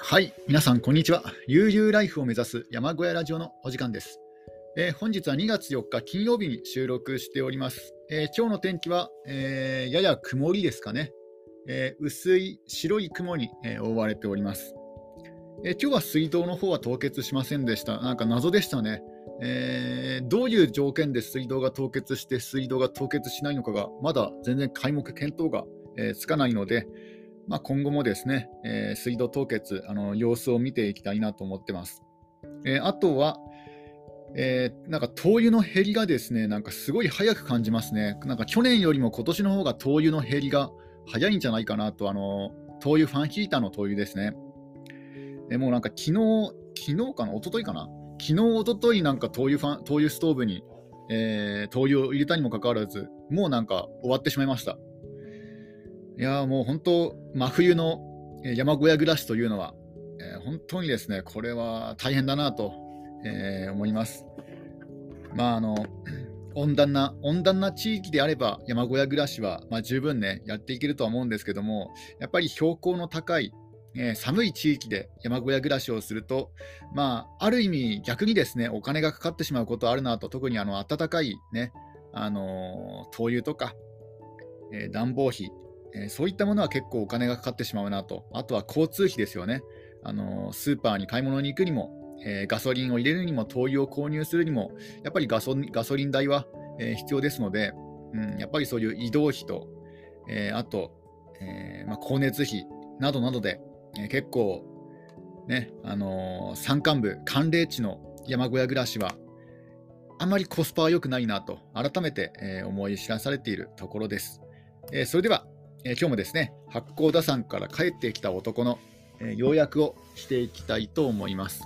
はい、皆さんこんにちは。悠々ライフを目指す山小屋ラジオのお時間です。本日は2月4日金曜日に収録しております。今日の天気は、やや曇りですかね。薄い白い雲に、覆われております。今日は水道の方は凍結しませんでした。なんか謎でしたね。どういう条件で水道が凍結して水道が凍結しないのかがまだ全然皆目見当が、つかないので、今後もですね、水道凍結様子を見ていきたいなと思ってます。あとは、なんか灯油の減りがですね、なんかすごい早く感じますね。なんか去年よりも今年の方が灯油の減りが早いんじゃないかなと、灯油ファンヒーターの灯油ですね。もうなんか昨日かな、一昨日かな、昨日一昨日なんか灯油ストーブに、灯油を入れたにもかかわらず、もうなんか終わってしまいました。いやーもう本当、真冬の山小屋暮らしというのは、本当にですね、これは大変だなと、思います。まああの温暖な地域であれば山小屋暮らしは、十分ねやっていけるとは思うんですけども、やっぱり標高の高い、寒い地域で山小屋暮らしをすると、ある意味逆にですねお金がかかってしまうことあるなと。特に暖かいね、灯油とか、暖房費、そういったものは結構お金がかかってしまうなと。あとは交通費ですよね。スーパーに買い物に行くにも、ガソリンを入れるにも灯油を購入するにも、やっぱりガソリン代は、必要ですので、やっぱりそういう移動費と、あと、光熱費などなどで、結構ね、山間部寒冷地の山小屋暮らしはあまりコスパは良くないなと改めて、思い知らされているところです。それでは、今日もですね八甲田山から帰ってきた男の、要約をしていきたいと思います。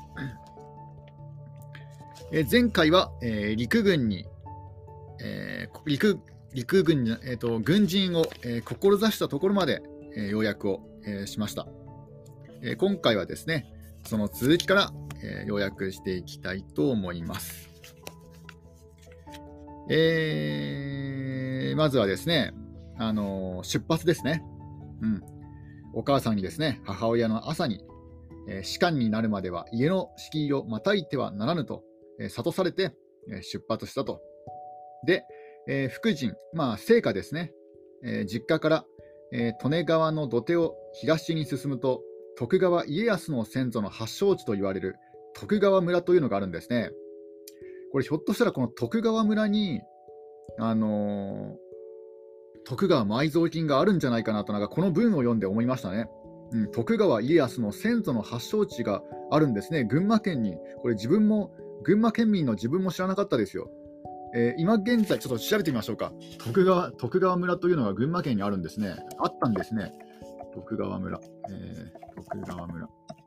前回は、陸軍に、軍人を、志したところまで、要約を、しました。今回はですねその続きから、要約していきたいと思います。まずはですね出発ですね。お母さんにですね、母親の朝に、士官になるまでは家の敷居をまたいてはならぬと、諭されて、出発したと。で、福神、生家ですね、実家から、利根川の土手を東に進むと、徳川家康の先祖の発祥地と言われる徳川村というのがあるんですね。これひょっとしたらこの徳川村に、徳川埋蔵金があるんじゃないかなと、なんかこの文を読んで思いましたね。徳川家康の先祖の発祥地があるんですね、群馬県に。これ群馬県民の自分も知らなかったですよ。今現在ちょっと調べてみましょうか。徳川村というのが群馬県にあるんですね。あったんですね、徳川村。徳川村、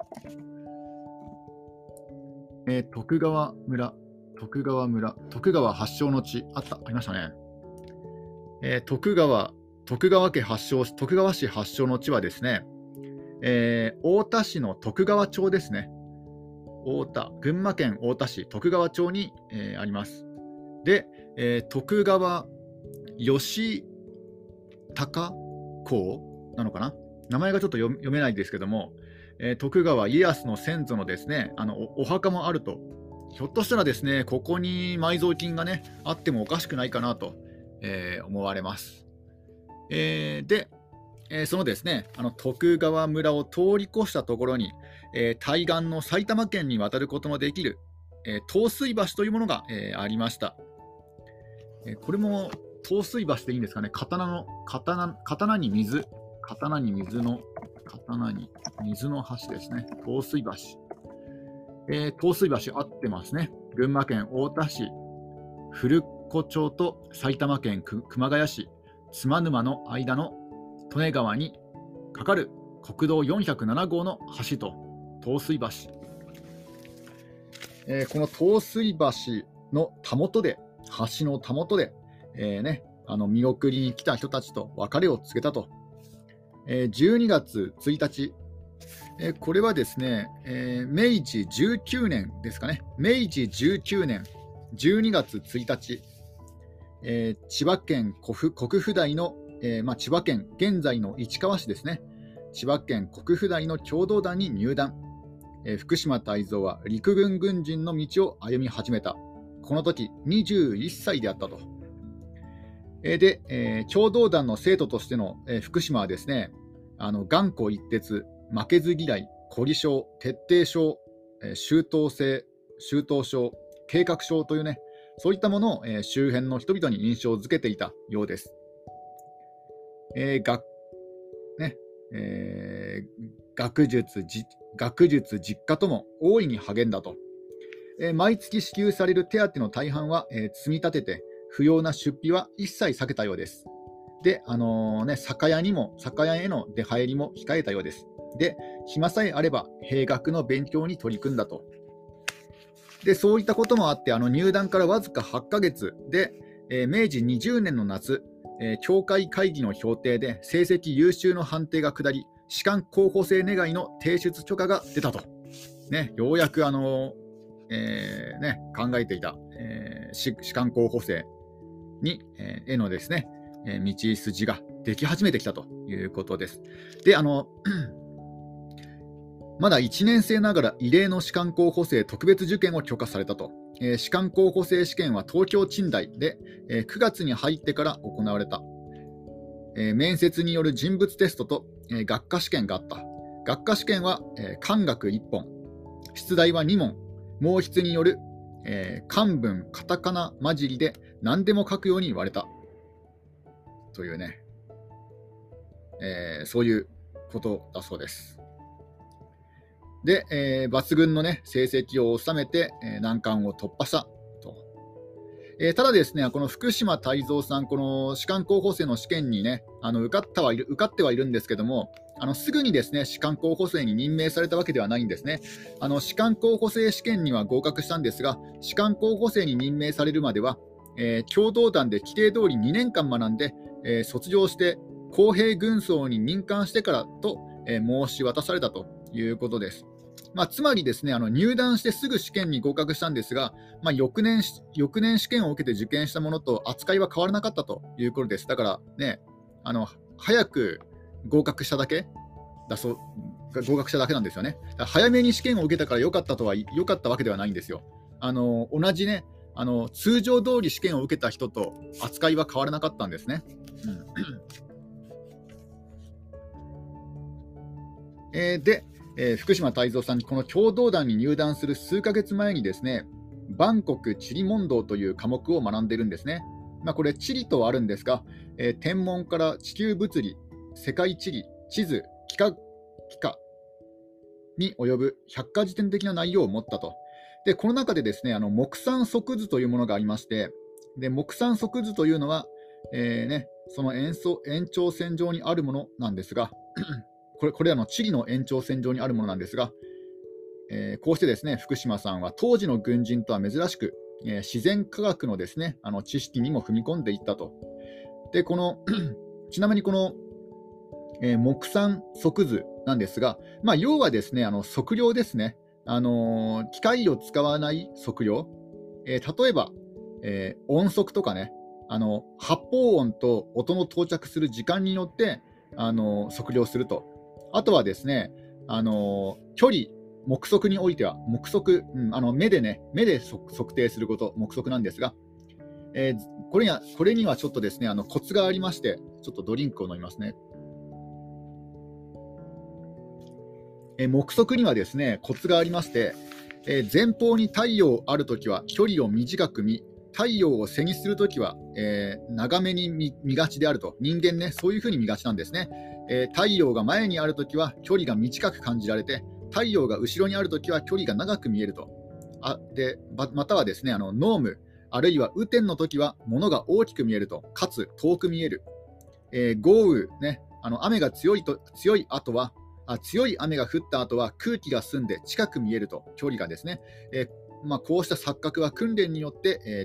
徳川発祥の地、ありましたね。徳川市発祥の地はですね、太田市の徳川町ですね。群馬県太田市徳川町に、あります。で、徳川義高公なのかな、名前がちょっと読めないですけども、徳川家康の先祖のですねお墓もあると。ひょっとしたらですねここに埋蔵金がねあってもおかしくないかなと、思われます。で、そのですね徳川村を通り越したところに、対岸の埼玉県に渡ることのできる、東水橋というものが、ありました。これも東水橋でいいんですかね。刀に水の橋ですね。東水橋、合ってますね。群馬県太田市古子町と埼玉県熊谷市妻沼の間の利根川に架かる国道407号の橋と東水橋、この東水橋のたもとで、橋のたもとで、見送りに来た人たちと別れを告げたと。12月1日、これはですね、明治19年ですかね。明治19年12月1日、千葉県国府台の、千葉県現在の市川市ですね千葉県国府大の共同団に入団。福島泰三は陸軍軍人の道を歩み始めた。この時21歳であったと。で、共同団の生徒としての、福島はですね、頑固一徹、負けず嫌い、凝り性、徹底症、周到性、周到症、計画症というね、そういったものを、周辺の人々に印象づけていたようです。学術、実家とも大いに励んだと。毎月支給される手当の大半は、積み立てて、不要な出費は一切避けたようです。で、酒屋への出入りも控えたようです。で、暇さえあれば、兵学の勉強に取り組んだと。で、そういったこともあって、入団からわずか8ヶ月で、明治20年の夏、教会会議の評定で成績優秀の判定が下り、士官候補生願いの提出許可が出たと。ね、ようやく考えていた、士官候補生へのですね、道筋ができ始めてきたということです。で、まだ1年生ながら異例の士官候補生特別受験を許可されたと。士官候補生試験は東京賃大で、9月に入ってから行われた。面接による人物テストと、学科試験があった。学科試験は、漢学1本、出題は2問、毛筆による、漢文、カタカナ混じりで何でも書くように言われた。というね、そういうことだそうです。で、抜群の、ね、成績を収めて、難関を突破したと。ただですね、この福島泰三さん、この士官候補生の試験にね、受かってはいるんですけども、すぐにですね、士官候補生に任命されたわけではないんですね。士官候補生試験には合格したんですが、士官候補生に任命されるまでは、共同団で規定通り2年間学んで、卒業して工兵軍曹に任官してからと、申し渡されたということです。つまりですね、入団してすぐ試験に合格したんですが、翌年試験を受けて受験したものと扱いは変わらなかったということです。だからね、早く合格しただけなんですよね。早めに試験を受けたから良かったわけではないんですよ。同じね、通常通り試験を受けた人と扱いは変わらなかったんですね。で、福島泰三さんにこの共同団に入団する数ヶ月前にですね、万国地理問答という科目を学んでいるんですね。これ地理とはあるんですが、天文から地球物理、世界地理、地図、幾何に及ぶ百科事典的な内容を持ったと。で、この中でですね、木算即図というものがありまして、で木算即図というのは、その延長線上にあるものなんですが、これ地理の延長線上にあるものなんですが、こうしてですね、福島さんは当時の軍人とは珍しく、自然科学のですね、知識にも踏み込んでいったと。で、ちなみにこの、木算即図なんですが、要はですね、測量ですね、機械を使わない測量、例えば、音速とかね、発砲音と音の到着する時間によって測量すると。あとはですね、距離、目測においては、目で測定すること、目測なんですが、これにはちょっとですね、コツがありまして、ちょっとドリンクを飲みますね。目測にはですね、コツがありまして、前方に太陽あるときは距離を短く見、太陽を背にするときは、長めに 見がちであると。人間ね、そういうふうに見がちなんですね。太陽が前にあるときは距離が短く感じられて、太陽が後ろにあるときは距離が長く見えると。またはですね、濃霧、あるいは雨天のときは物が大きく見えると、かつ遠く見える。豪雨、ね、雨が強い雨が降った後は空気が澄んで近く見えると、距離がですね。こうした錯覚は訓練によって、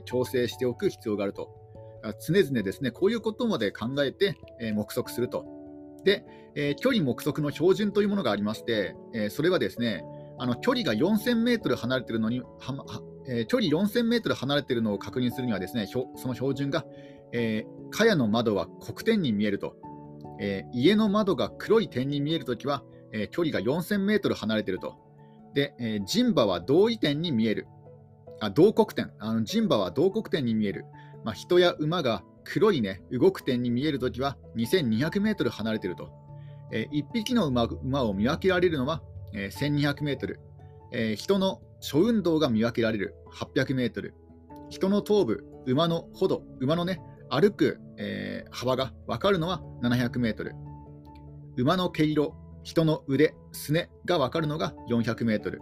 調整しておく必要があると。常々ですね、こういうことまで考えて、目測すると。で、距離目測の標準というものがありまして、それはですね、距離が4000メートル離れているのに、距離4000メートル離れているのを確認するにはですね、その標準が、茅の窓は黒点に見えると。 家の窓が黒い点に見えるときは、距離が4000メートル離れていると。で、人馬は同位点に見える。同国点。人馬は同国点に見える。人や馬が黒いね、動く点に見えるときは2200メートル離れていると。1匹の馬を見分けられるのは、1200メートル。人の諸運動が見分けられる800メートル。人の頭部、馬の歩道、馬のね、歩く、幅が分かるのは700メートル。馬の毛色、人の腕、すねが分かるのが400メートル。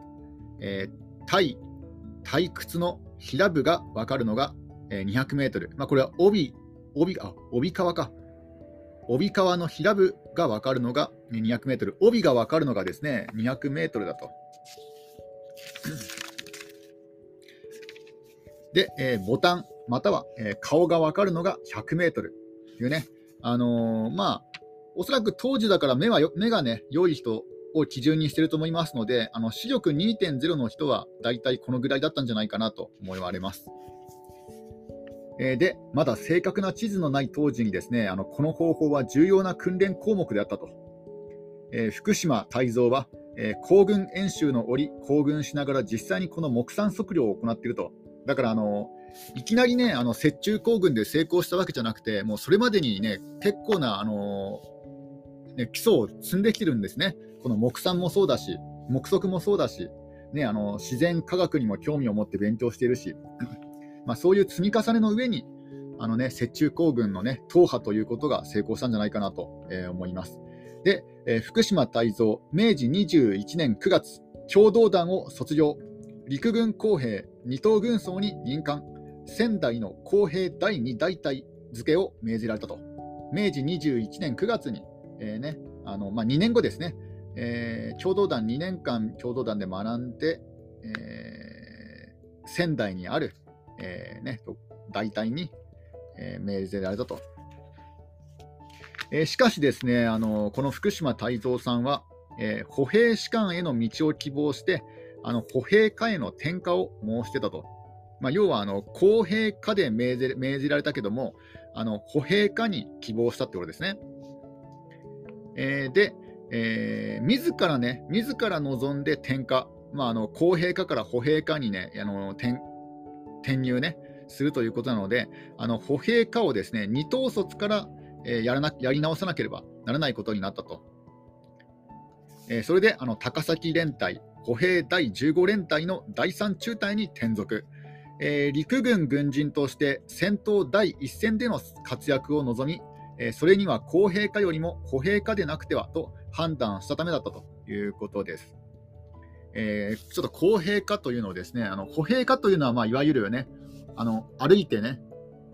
体屈の平部が分かるのが200メートル。これは帯川か。帯川の平部が分かるのが200メートル。帯が分かるのがですね、200メートルだと。で、ボタンまたは、顔が分かるのが100メートルというね、おそらく当時だから目がね、良い人を基準にしていると思いますので、視力 2.0 の人はだいたいこのぐらいだったんじゃないかなと思われます。で、まだ正確な地図のない当時にですね、この方法は重要な訓練項目であったと。福島泰造は、行軍演習の折、行軍しながら実際にこの木算測量を行っていると。だからいきなりね、雪中行軍で成功したわけじゃなくて、もうそれまでにね、結構な基礎を積んできてるんですね。この木算もそうだし、木測もそうだし、ね、自然科学にも興味を持って勉強しているし、そういう積み重ねの上に雪中行軍のね、踏破ということが成功したんじゃないかなと、思います。で、福島泰造、明治21年9月、共同団を卒業、陸軍工兵二等軍曹に任官、仙台の工兵第2大隊付けを命じられたと。明治21年9月に、2年後ですね、共同団2年間共同団で学んで、仙台にある、大隊に、命ぜられたと。しかしですね、この福島泰造さんは、歩兵士官への道を希望して歩兵科への転科を申してたと。要は公兵科で命じられたけども、歩兵科に希望したってことですね。で、自ら望んで転科、公兵科から歩兵科にね、転入ねするということなので、歩兵科をですね、二等卒からやり直さなければならないことになったと。それで高崎連隊歩兵第15連隊の第3中隊に転属、陸軍軍人として戦闘第一線での活躍を望み、それには公兵科よりも歩兵科でなくてはと判断したためだったということです。ちょっと公兵科というのをですね、歩兵科というのは、いわゆるね、歩いてね、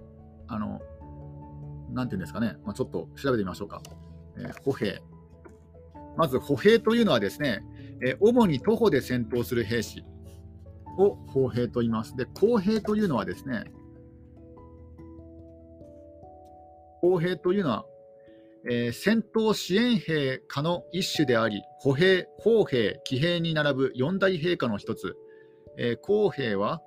なんていうんですかね、ちょっと調べてみましょうか。歩兵。まず歩兵というのはですね、主に徒歩で戦闘する兵士を歩兵と言います。で、公兵というのはですね、歩兵というのは、戦闘支援兵科の一種であり、歩兵、砲兵、騎兵に並ぶ四大兵科の一つ。公兵は、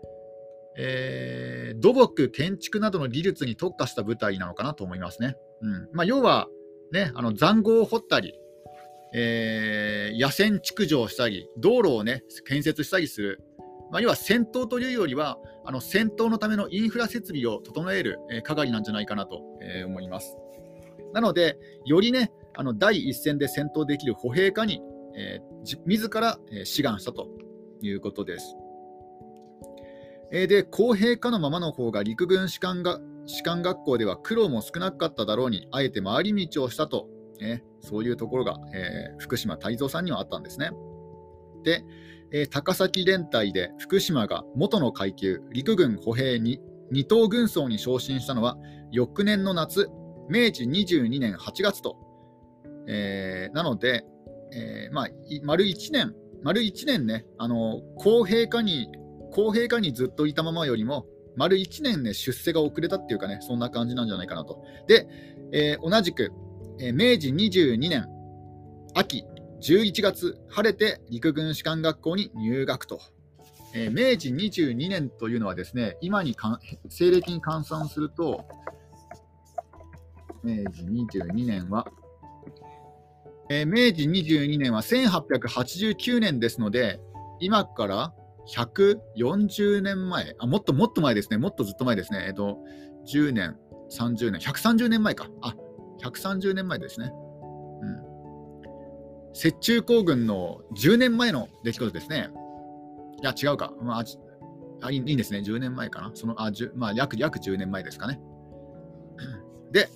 土木、建築などの技術に特化した部隊なのかなと思いますね。要は、ね、塹壕を掘ったり、野戦築城したり、道路をね、建設したりする。要は戦闘というよりは、戦闘のためのインフラ設備を整える係なんじゃないかなと思います。なので、よりね、第一線で戦闘できる歩兵科に、自ら志願したということです。で、公兵科のままの方が陸軍士官学校では苦労も少なかっただろうに、あえて回り道をしたと、そういうところが、福島泰造さんにはあったんですね。で、高崎連隊で福島が元の階級陸軍歩兵に二等軍曹に昇進したのは翌年の夏、明治22年8月と、なので、丸1年ね、公兵科にずっといたままよりも丸1年ね、出世が遅れたっていうかね、そんな感じなんじゃないかなと。で、同じく、明治22年秋11月、晴れて陸軍士官学校に入学と。明治22年というのはですね、今に西暦に換算すると、 明治22年は、明治22年は1889年ですので、今から140年前、もっともっと前ですね、もっとずっと前ですね、10年、30年、130年前か、130年前ですね。雪中行軍の10年前の出来事ですね。いや、違うか。いいんですね。10年前かな。約10年前ですかね。で、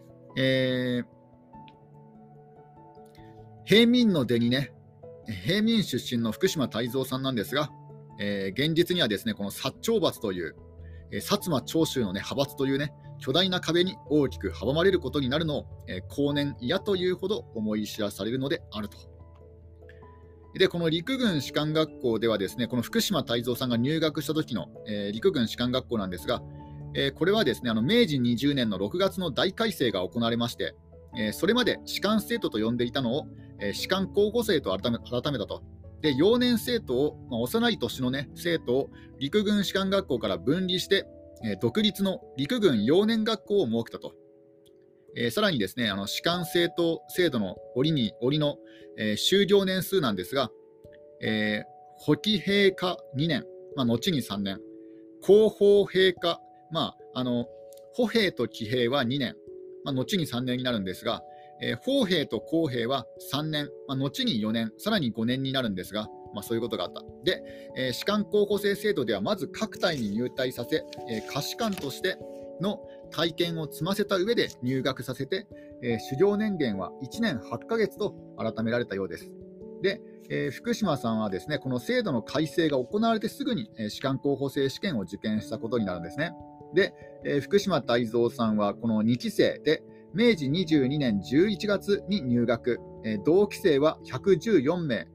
平民の出にね、平民出身の福島泰造さんなんですが、現実にはですね、この薩長閥という、薩摩長州の、ね、派閥というね、巨大な壁に大きく阻まれることになるのを、後年嫌というほど思い知らされるのであると。で、この陸軍士官学校ではですね、この福島泰造さんが入学した時の、陸軍士官学校なんですが、これはですね、明治20年の6月の大改正が行われまして、それまで士官生徒と呼んでいたのを、士官候補生と改めたと。で、幼年生徒を、幼い年の、ね、生徒を陸軍士官学校から分離して、独立の陸軍幼年学校を設けたと。さらにですね、士官制度の折の、修行年数なんですが、補給兵科2年、後に3年、後方兵科、歩兵と騎兵は2年、後に3年になるんですが、砲兵と工兵は3年、後に4年、さらに5年になるんですが、そういうことがあった。で、士官候補生制度ではまず各隊に入隊させ、下士官としての体験を積ませた上で入学させて、修行年限は1年8ヶ月と改められたようです。で、福島さんはですね、この制度の改正が行われてすぐに、士官候補生試験を受験したことになるんですね。で、福島泰造さんはこの2期生で、明治22年11月に入学、同期生は114名、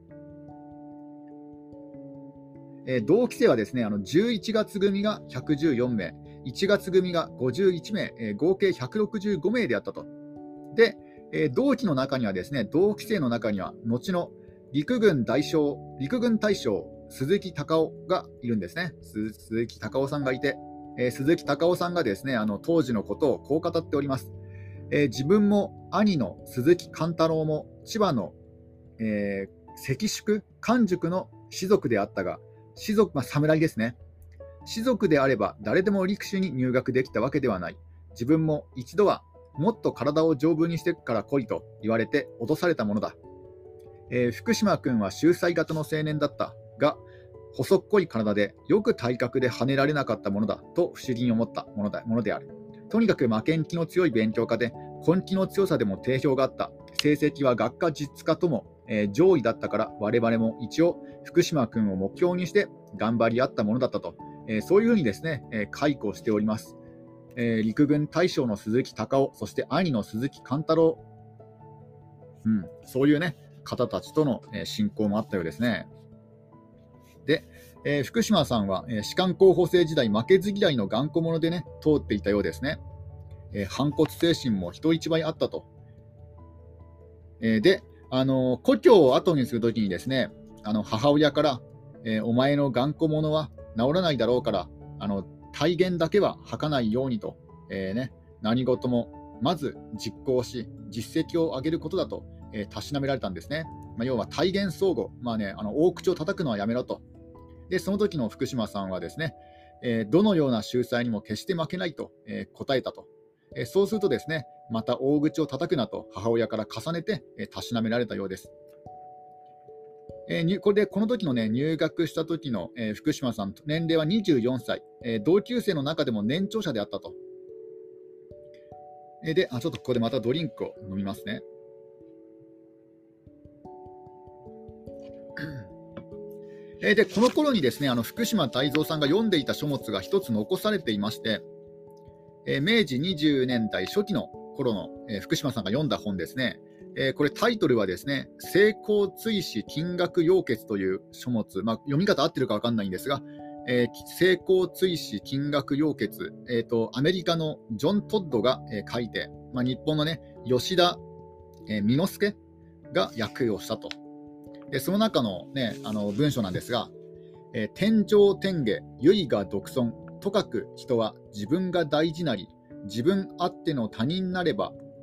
同期生はですね、11月組が114名、1月組が51名、合計165名であったと。で、同期の中にはですね、同期生の中には、後の陸軍大将、鈴木隆夫がいるんですね。鈴木隆夫さんがいて、鈴木隆夫さんがですね、当時のことをこう語っております。自分も兄の鈴木貫太郎も千葉の、関宿、官宿の士族であったが、侍ですね。士族であれば誰でも陸手に入学できたわけではない。自分も一度はもっと体を丈夫にしてから来いと言われて脅されたものだ。福島君は秀才型の青年だったが、細っこい体でよく体格で跳ねられなかったものだと不思議に思ったものである。とにかく負けん気の強い勉強家で根気の強さでも定評があった。成績は学科実科とも、上位だったから我々も一応福島君を目標にして頑張り合ったものだったと、そういうふうにですね、回顧しております。陸軍大将の鈴木隆夫、そして兄の鈴木貫太郎、そういうね方たちとの親交もあったようですね。で、福島さんは、士官候補生時代負けず嫌いの頑固者でね通っていたようですね。反骨精神も人一倍あったと。で、故郷を後にするときにですね、母親から、お前の頑固者は治らないだろうから体言だけは吐かないようにと、何事もまず実行し実績を上げることだと、たしなめられたんですね。要は体言相互、大口を叩くのはやめろと。でその時の福島さんはですね、どのような秀才にも決して負けないと、答えたと。そうするとですね、また大口を叩くなと母親から重ねて、たしなめられたようです。この時の、入学した時の、福島さん、年齢は24歳、同級生の中でも年長者であったと。で、ちょっとここでまたドリンクを飲みますね。で、この頃にですね、福島泰造さんが読んでいた書物が一つ残されていまして、明治20年代初期の頃の、福島さんが読んだ本ですね。これタイトルはですね、成功追試金学要訣という書物、読み方合ってるか分かんないんですが、成功追試金学要訣、アメリカのジョン・トッドが、書いて、日本のね、吉田、美之助が訳をしたと。でその中の、文章なんですが、天上天下、唯我独尊、とかく人は自分が大事なり、自分あっての他人なれば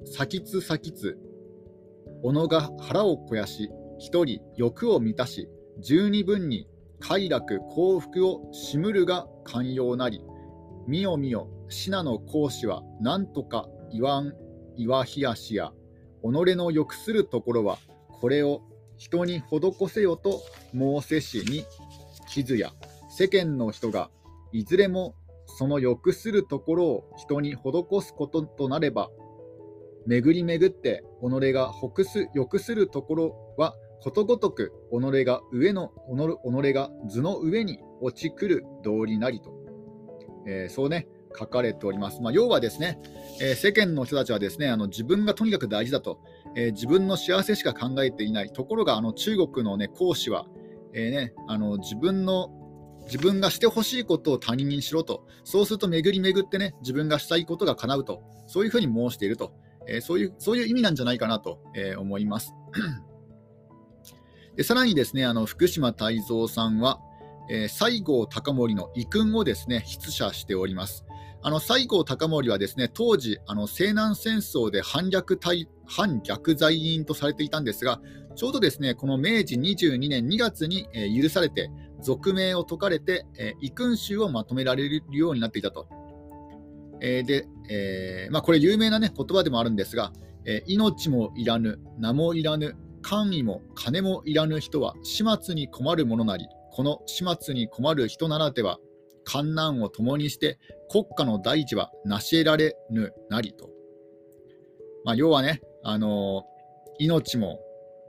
先つ先つ、己が腹を肥やし、一人欲を満たし、十二分に快楽幸福をしむるが寛容なり。みよみよ、信の講師は何とか言わん、いわひやしや。己の欲するところは、これを人に施せよと申せしに傷や。世間の人がいずれもその欲するところを人に施すこととなれば、巡り巡って己が欲するところはことごとく己が図の上に落ちくる道理なりと、そうね書かれております。要はですね、世間の人たちはですね、自分がとにかく大事だと、自分の幸せしか考えていない。ところが中国の、講師は、自分がしてほしいことを他人にしろと。そうすると巡り巡ってね、自分がしたいことが叶うと、そういうふうに申していると、そういう意味なんじゃないかなと、思います。でさらにですね、福島泰蔵さんは、西郷隆盛の遺訓をですね筆写しております。西郷隆盛はですね、当時西南戦争で反逆罪人とされていたんですが、ちょうどですねこの明治22年2月に、許されて俗名を解かれて、遺訓集をまとめられるようになっていたと。で、これ有名な、言葉でもあるんですが、命もいらぬ、名もいらぬ、官位も金もいらぬ人は始末に困るものなり、この始末に困る人ならでは患難を共にして国家の大事は成し得られぬなりと。要はね、命も、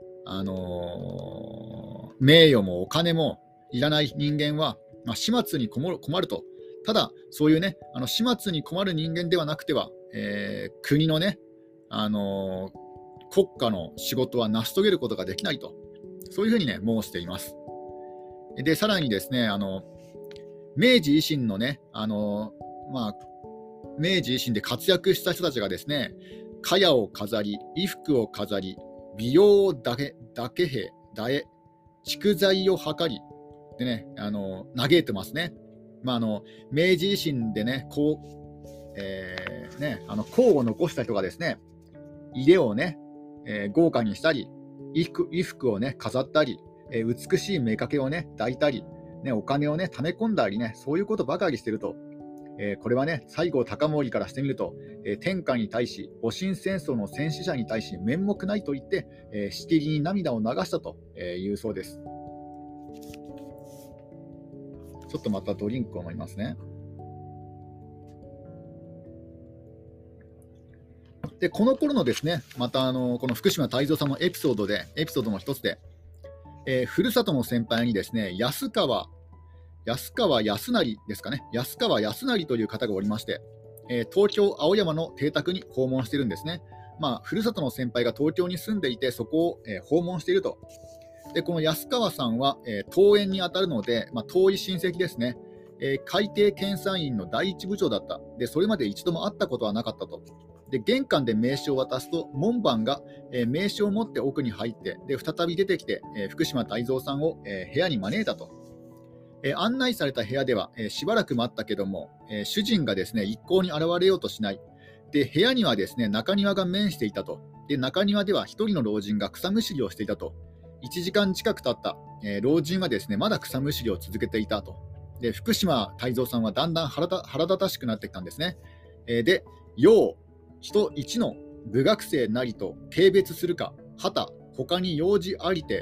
名誉もお金もいらない人間は、始末に困ると。ただそういうね、始末に困る人間ではなくては、国のね、国家の仕事は成し遂げることができないと、そういうふうにね申しています。でさらにですね、明治維新のね、明治維新で活躍した人たちがですね、茅を飾り、衣服を飾り、美容をだけへ蓄財を図りでね、嘆いてますね。明治維新でね、功を残した人がですね、家をね、豪華にしたり、衣服をね飾ったり、美しい妾をね抱いたり、お金をね貯め込んだりね、そういうことばかりしていると。これはね、西郷隆盛からしてみると、天下に対し、戊辰戦争の戦死者に対し面目ないと言って、しきりに涙を流したというそうです。ちょっとまたドリンクを飲みますね。でこの頃のですね、またこの福島泰蔵さんのエピソードの一つで、ふるさとの先輩にですね、安川康成ですかね、安川康成という方がおりまして、東京青山の邸宅に訪問しているんですね。ふるさとの先輩が東京に住んでいて、そこを、訪問していると。でこの安川さんは、遠縁に当たるので、遠い親戚ですね。会計検査院の第一部長だった。でそれまで一度も会ったことはなかったと。で玄関で名刺を渡すと、門番が、名刺を持って奥に入って、で再び出てきて、福島泰蔵さんを、部屋に招いたと。案内された部屋では、しばらく待ったけども、主人がですね一向に現れようとしない。で部屋にはですね中庭が面していたと。で中庭では一人の老人が草むしりをしていたと。1時間近く経った、老人はですねまだ草むしりを続けていたと。で福島泰蔵さんはだんだん腹立たしくなってきたんですね。で要人一の部学生なりと軽蔑するか、はた他に用事ありて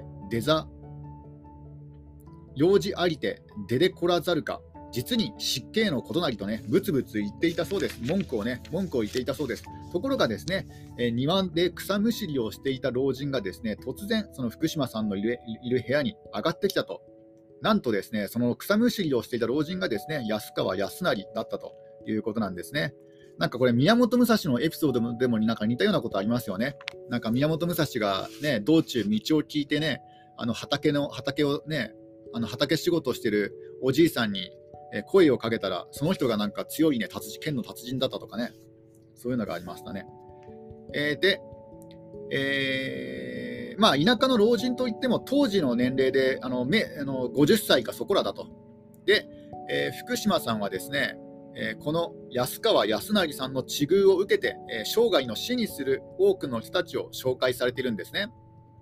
出でこらざるか、実に失敬のことなりとね、ぶつぶつ言っていたそうです。文句を言っていたそうです。ところがですね、庭で草むしりをしていた老人がですね、突然その福島さんのいる部屋に上がってきたと。なんとですね、その草むしりをしていた老人がですね、安川康成だったということなんですね。なんかこれ宮本武蔵のエピソードでもなんか似たようなことありますよね。なんか宮本武蔵がね、道中道を聞いてね、畑をね、畑仕事をしているおじいさんに声をかけたら、その人がなんか強いね剣の達人だったとかね、そういうのがありましたね。で、田舎の老人といっても当時の年齢で50歳かそこらだと。で、福島さんはですね、 この安川康成さんの知遇を受けて、生涯の師にする多くの人たちを紹介されているんですね。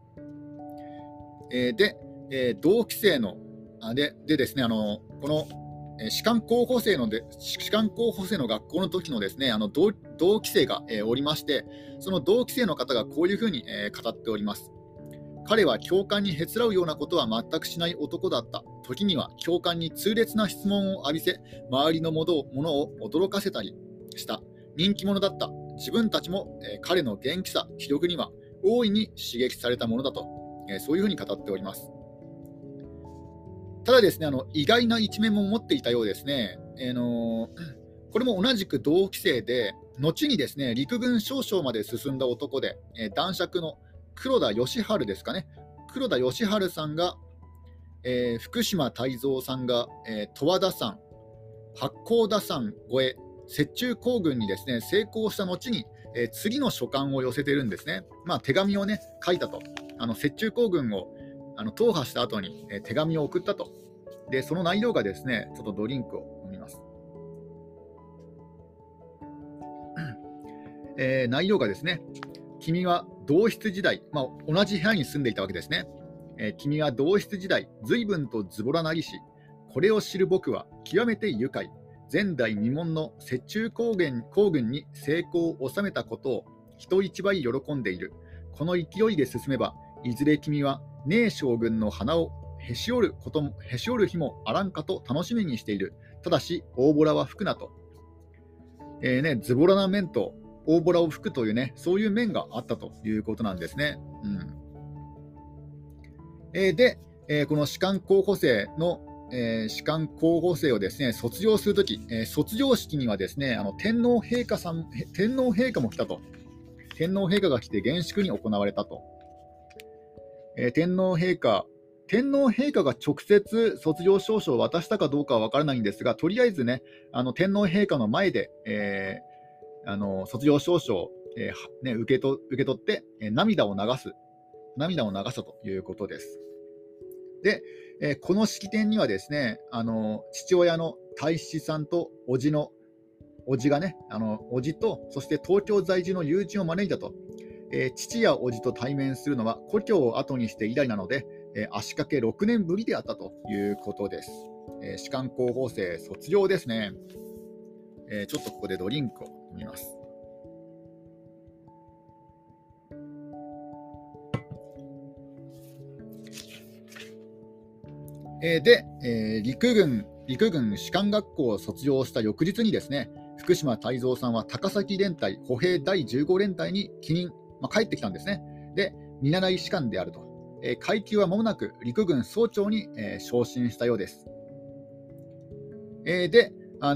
で、同期生のでですね、この士官候補生の学校の時のですね、同期生が、おりまして、その同期生の方がこういうふうに、語っております。彼は教官にへつらうようなことは全くしない男だった。時には教官に痛烈な質問を浴びせ、周りの者を驚かせたりした。人気者だった。自分たちも、彼の元気さ、気力には大いに刺激されたものだと、そういうふうに語っております。ただですね、意外な一面も持っていたようですね。これも同じく同期生で、後にですね、陸軍少将まで進んだ男で、男爵の黒田義治ですかね。黒田義治さんが、福島泰三さんが、十和田山、八甲田山越え、雪中行軍にですね、成功した後に、次の書簡を寄せてるんですね。手紙をね、書いたと。雪中行軍を踏破した後に、手紙を送ったと。で、その内容がですね、ちょっとドリンクを飲みます。内容がですね、君は同室時代、同じ部屋に住んでいたわけですね。君は同室時代、随分とズボラなりし、これを知る僕は極めて愉快、前代未聞の雪中行軍に成功を収めたことを人一倍喜んでいる。この勢いで進めば、いずれ君は寧将軍の鼻をへし折る日もあらんかと楽しみにしている。ただし、大ボラは吹くなと。ズボラな面と大ボラを吹くというね、そういう面があったということなんですね。で、この士官候補生をですね、卒業するとき、卒業式にはですね、天皇陛下も来たと。天皇陛下が来て厳粛に行われたと。天皇陛下が直接卒業証書を渡したかどうかは分からないんですが、とりあえずね、天皇陛下の前で、卒業証書を、受け取って、涙を流したということです。で、この式典にはですね、父親の太七さんと叔父がね、叔父と、そして東京在住の友人を招いたと。父や叔父と対面するのは故郷を後にして以来なので、足掛け6年ぶりであったということです。士官候補生卒業ですね。ちょっとここでドリンクを飲みます。で、陸軍士官学校を卒業した翌日にですね、福島泰三さんは高崎連隊歩兵第15連隊に帰任、帰ってきたんですね。で、見習い士官であると。階級は間もなく陸軍総長に、昇進したようです。で、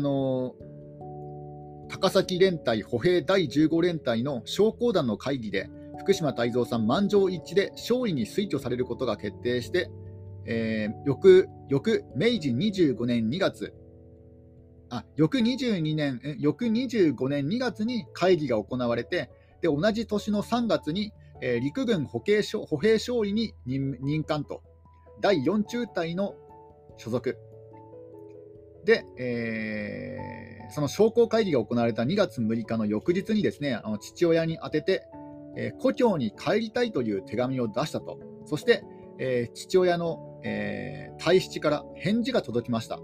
高崎連隊歩兵第15連隊の将校団の会議で、福島泰三さん満場一致で勝利に推挙されることが決定して、翌明治25年2月、翌25年2月に会議が行われて、で同じ年の3月に、陸軍歩兵少尉に任官と、第4中隊の所属で、その商工会議が行われた2月6日の翌日にですね、父親に宛てて、故郷に帰りたいという手紙を出したと。そして、父親の、太七から返事が届きました。ち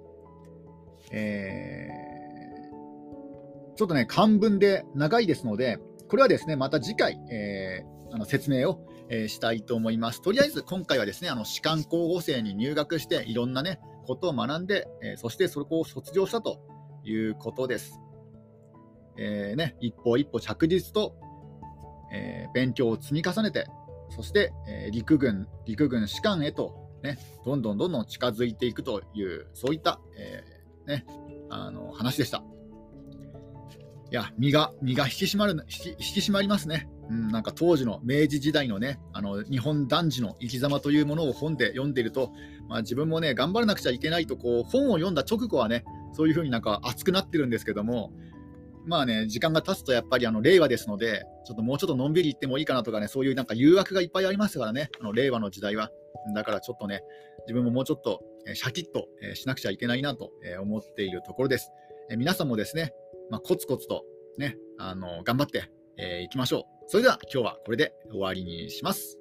ょっとね、漢文で長いですので、これはですね、また次回、説明を、したいと思います。とりあえず今回はですね、士官候補生に入学していろんなね、ことを学んで、そしてそこを卒業したということです。一歩一歩着実と、勉強を積み重ねて、そして、陸軍士官へと、ね、どんどん近づいていくという、そういった、話でした。いや、身が引き締まりますね。なんか当時の明治時代のね、日本男児の生き様というものを本で読んでいると、自分もね、頑張らなくちゃいけないと、こう本を読んだ直後はね、そういうふうになんか熱くなってるんですけども、時間が経つとやっぱり令和ですので、もうちょっとのんびり行ってもいいかなとかね、そういうなんか誘惑がいっぱいありますからね、令和の時代は。だからちょっとね、自分ももうちょっとシャキッとしなくちゃいけないなと思っているところです。 皆さんもですね、コツコツとね、頑張っていきましょう。それでは今日はこれで終わりにします。